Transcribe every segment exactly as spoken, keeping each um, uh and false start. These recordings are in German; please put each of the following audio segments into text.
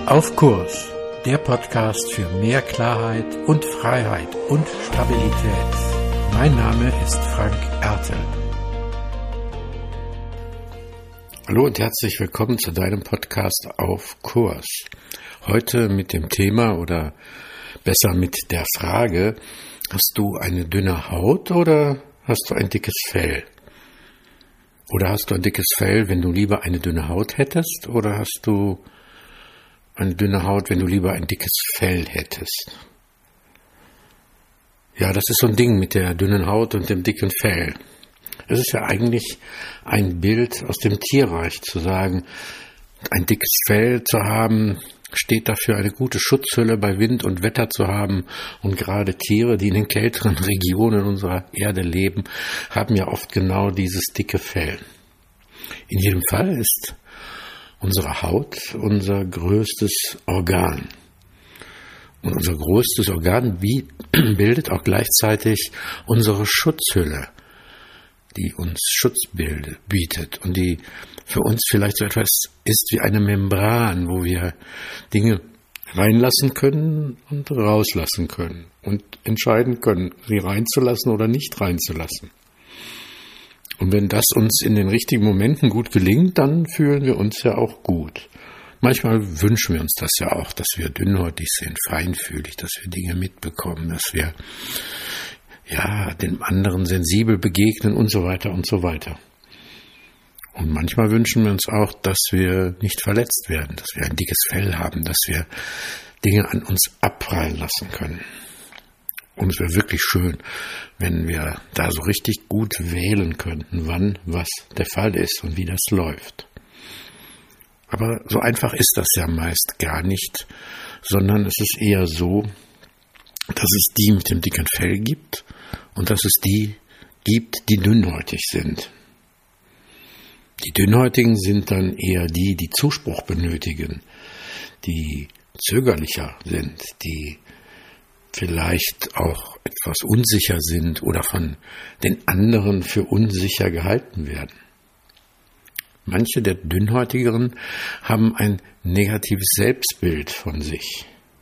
Auf Kurs, der Podcast für mehr Klarheit und Freiheit und Stabilität. Mein Name ist Frank Ertel. Hallo und herzlich willkommen zu deinem Podcast Auf Kurs. Heute mit dem Thema oder besser mit der Frage: Hast du eine dünne Haut oder hast du ein dickes Fell? Oder hast du ein dickes Fell, wenn du lieber eine dünne Haut hättest? Oder hast du eine dünne Haut, wenn du lieber ein dickes Fell hättest? Ja, das ist so ein Ding mit der dünnen Haut und dem dicken Fell. Es ist ja eigentlich ein Bild aus dem Tierreich, zu sagen, ein dickes Fell zu haben, steht dafür, eine gute Schutzhülle bei Wind und Wetter zu haben. Und gerade Tiere, die in den kälteren Regionen unserer Erde leben, haben ja oft genau dieses dicke Fell. In jedem Fall ist unsere Haut unser größtes Organ. Und unser größtes Organ bildet auch gleichzeitig unsere Schutzhülle, die uns Schutz bietet und die für uns vielleicht so etwas ist wie eine Membran, wo wir Dinge reinlassen können und rauslassen können und entscheiden können, sie reinzulassen oder nicht reinzulassen. Und wenn das uns in den richtigen Momenten gut gelingt, dann fühlen wir uns ja auch gut. Manchmal wünschen wir uns das ja auch, dass wir dünnhäutig sind, feinfühlig, dass wir Dinge mitbekommen, dass wir ja dem anderen sensibel begegnen und so weiter und so weiter. Und manchmal wünschen wir uns auch, dass wir nicht verletzt werden, dass wir ein dickes Fell haben, dass wir Dinge an uns abprallen lassen können. Und es wäre wirklich schön, wenn wir da so richtig gut wählen könnten, wann was der Fall ist und wie das läuft. Aber so einfach ist das ja meist gar nicht, sondern es ist eher so, dass es die mit dem dicken Fell gibt und dass es die gibt, die dünnhäutig sind. Die Dünnhäutigen sind dann eher die, die Zuspruch benötigen, die zögerlicher sind, die vielleicht auch etwas unsicher sind oder von den anderen für unsicher gehalten werden. Manche der Dünnhäutigeren haben ein negatives Selbstbild von sich.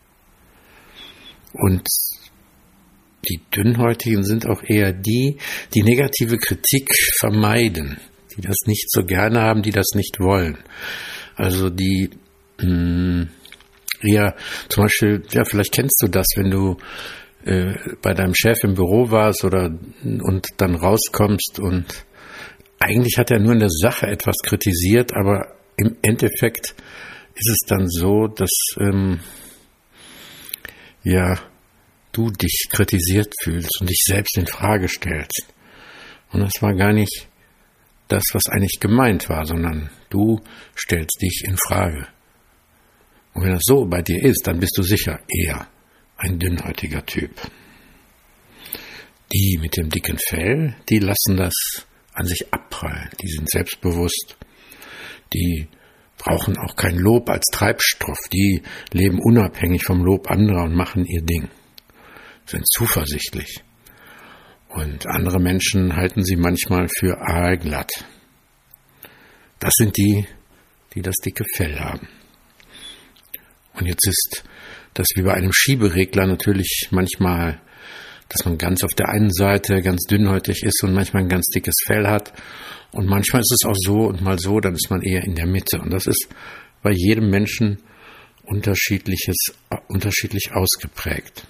Und die Dünnhäutigen sind auch eher die, die negative Kritik vermeiden, die das nicht so gerne haben, die das nicht wollen. Also die mh, eher zum Beispiel, ja, vielleicht kennst du das, wenn du äh, bei deinem Chef im Büro warst oder und dann rauskommst und eigentlich hat er nur in der Sache etwas kritisiert, aber im Endeffekt ist es dann so, dass ähm, ja, du dich kritisiert fühlst und dich selbst in Frage stellst. Und das war gar nicht das, was eigentlich gemeint war, sondern du stellst dich in Frage. Und wenn das so bei dir ist, dann bist du sicher eher ein dünnhäutiger Typ. Die mit dem dicken Fell, die lassen das an sich abprallen. Die sind selbstbewusst. Die brauchen auch kein Lob als Treibstoff. Die leben unabhängig vom Lob anderer und machen ihr Ding. Sind zuversichtlich. Und andere Menschen halten sie manchmal für aalglatt. Das sind die, die das dicke Fell haben. Und jetzt ist das wie bei einem Schieberegler natürlich manchmal, dass man ganz auf der einen Seite ganz dünnhäutig ist und manchmal ein ganz dickes Fell hat. Und manchmal ist es auch so und mal so, dann ist man eher in der Mitte. Und das ist bei jedem Menschen unterschiedliches, unterschiedlich ausgeprägt.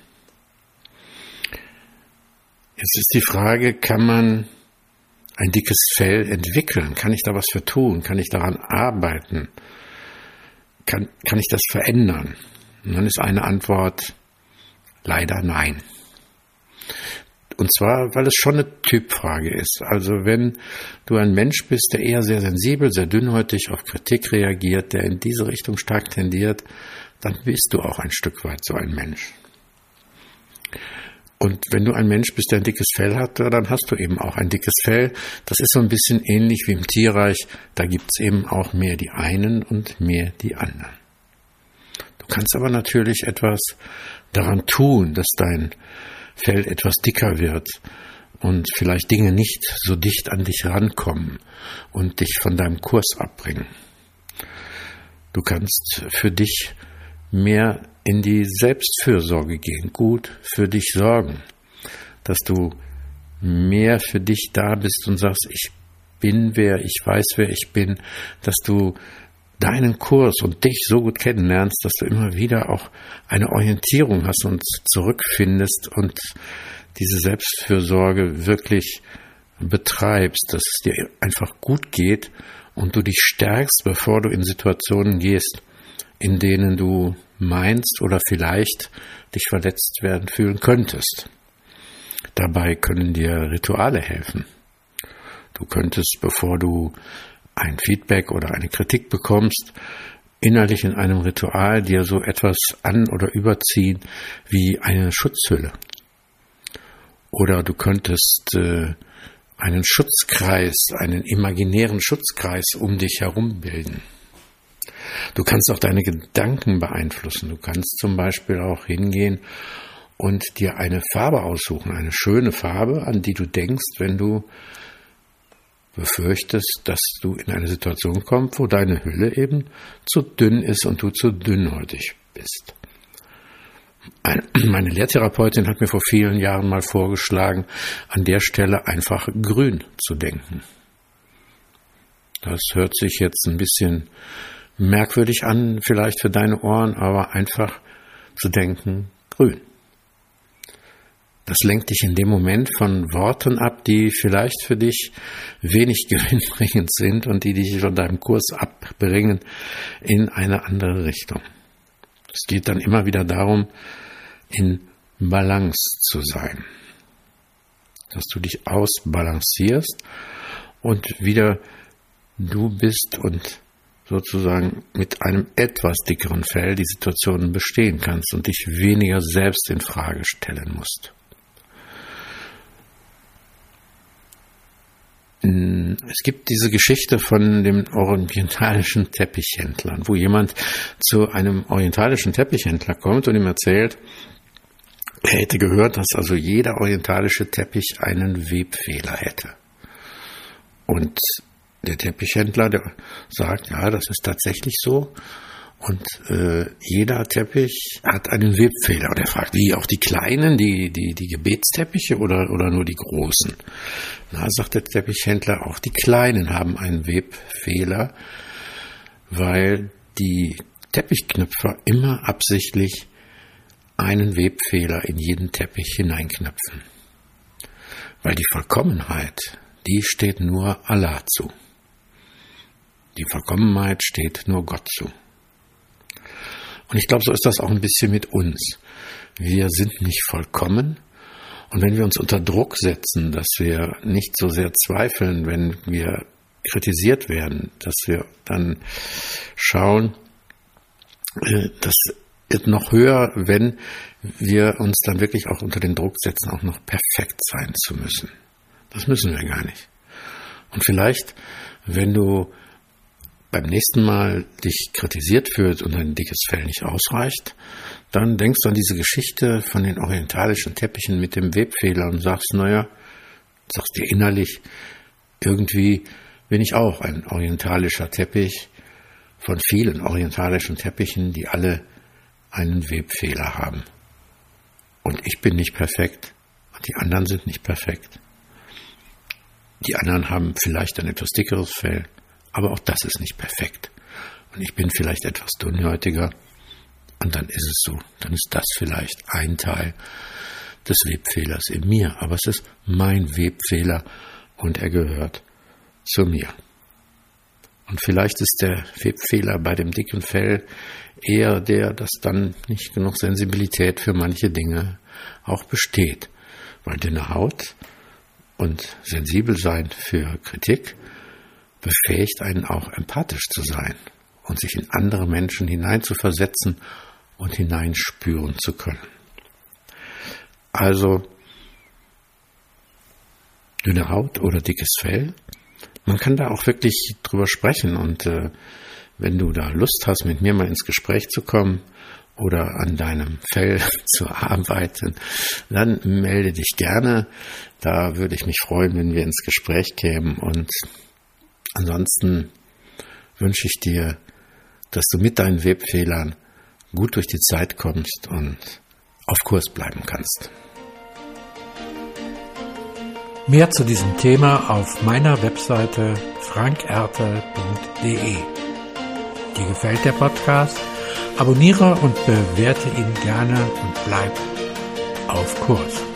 Jetzt ist die Frage, kann man ein dickes Fell entwickeln? Kann ich da was für tun? Kann ich daran arbeiten? Kann, kann ich das verändern? Und dann ist eine Antwort leider nein. Und zwar, weil es schon eine Typfrage ist. Also wenn du ein Mensch bist, der eher sehr sensibel, sehr dünnhäutig auf Kritik reagiert, der in diese Richtung stark tendiert, dann bist du auch ein Stück weit so ein Mensch. Und wenn du ein Mensch bist, der ein dickes Fell hat, dann hast du eben auch ein dickes Fell. Das ist so ein bisschen ähnlich wie im Tierreich. Da gibt es eben auch mehr die einen und mehr die anderen. Du kannst aber natürlich etwas daran tun, dass dein Fell etwas dicker wird und vielleicht Dinge nicht so dicht an dich rankommen und dich von deinem Kurs abbringen. Du kannst für dich mehr in die Selbstfürsorge gehen, gut für dich sorgen, dass du mehr für dich da bist und sagst, ich bin wer, ich weiß, wer ich bin, dass du deinen Kurs und dich so gut kennenlernst, dass du immer wieder auch eine Orientierung hast und zurückfindest und diese Selbstfürsorge wirklich betreibst, dass es dir einfach gut geht und du dich stärkst, bevor du in Situationen gehst, in denen du meinst oder vielleicht dich verletzt werden fühlen könntest. Dabei können dir Rituale helfen. Du könntest, bevor du ein Feedback oder eine Kritik bekommst, innerlich in einem Ritual dir so etwas an- oder überziehen wie eine Schutzhülle. Oder du könntest äh, einen Schutzkreis, einen imaginären Schutzkreis um dich herum bilden. Du kannst auch deine Gedanken beeinflussen. Du kannst zum Beispiel auch hingehen und dir eine Farbe aussuchen, eine schöne Farbe, an die du denkst, wenn du befürchtest, dass du in eine Situation kommst, wo deine Hülle eben zu dünn ist und du zu dünnhäutig bist. Meine Lehrtherapeutin hat mir vor vielen Jahren mal vorgeschlagen, an der Stelle einfach grün zu denken. Das hört sich jetzt ein bisschen merkwürdig an, vielleicht für deine Ohren, aber einfach zu denken, grün. Das lenkt dich in dem Moment von Worten ab, die vielleicht für dich wenig gewinnbringend sind und die dich von deinem Kurs abbringen in eine andere Richtung. Es geht dann immer wieder darum, in Balance zu sein. Dass du dich ausbalancierst und wieder du bist und sozusagen mit einem etwas dickeren Fell die Situationen bestehen kannst und dich weniger selbst in Frage stellen musst. Es gibt diese Geschichte von dem orientalischen Teppichhändler, wo jemand zu einem orientalischen Teppichhändler kommt und ihm erzählt, er hätte gehört, dass also jeder orientalische Teppich einen Webfehler hätte. Und der Teppichhändler, der sagt, ja, das ist tatsächlich so. Und äh, jeder Teppich hat einen Webfehler. Und er fragt, wie, auch die kleinen, die, die, die Gebetsteppiche oder, oder nur die großen? Na, sagt der Teppichhändler, auch die kleinen haben einen Webfehler, weil die Teppichknüpfer immer absichtlich einen Webfehler in jeden Teppich hineinknüpfen. Weil die Vollkommenheit, die steht nur Allah zu. Die Vollkommenheit steht nur Gott zu. Und ich glaube, so ist das auch ein bisschen mit uns. Wir sind nicht vollkommen. Und wenn wir uns unter Druck setzen, dass wir nicht so sehr zweifeln, wenn wir kritisiert werden, dass wir dann schauen, das wird noch höher, wenn wir uns dann wirklich auch unter den Druck setzen, auch noch perfekt sein zu müssen. Das müssen wir gar nicht. Und vielleicht, wenn du beim nächsten Mal dich kritisiert fühlst und dein dickes Fell nicht ausreicht, dann denkst du an diese Geschichte von den orientalischen Teppichen mit dem Webfehler und sagst, naja, sagst dir innerlich, irgendwie bin ich auch ein orientalischer Teppich von vielen orientalischen Teppichen, die alle einen Webfehler haben. Und ich bin nicht perfekt und die anderen sind nicht perfekt. Die anderen haben vielleicht ein etwas dickeres Fell, aber auch das ist nicht perfekt. Und ich bin vielleicht etwas dünnhäutiger und dann ist es so. Dann ist das vielleicht ein Teil des Webfehlers in mir. Aber es ist mein Webfehler und er gehört zu mir. Und vielleicht ist der Webfehler bei dem dicken Fell eher der, dass dann nicht genug Sensibilität für manche Dinge auch besteht. Weil dünne Haut und sensibel sein für Kritik befähigt einen auch empathisch zu sein und sich in andere Menschen hineinzuversetzen und hineinspüren zu können. Also dünne Haut oder dickes Fell, man kann da auch wirklich drüber sprechen und äh, wenn du da Lust hast, mit mir mal ins Gespräch zu kommen oder an deinem Fell zu arbeiten, dann melde dich gerne. Da würde ich mich freuen, wenn wir ins Gespräch kämen. Und ansonsten wünsche ich dir, dass du mit deinen Webfehlern gut durch die Zeit kommst und auf Kurs bleiben kannst. Mehr zu diesem Thema auf meiner Webseite frank ertel punkt de. Dir gefällt der Podcast? Abonniere und bewerte ihn gerne und bleib auf Kurs.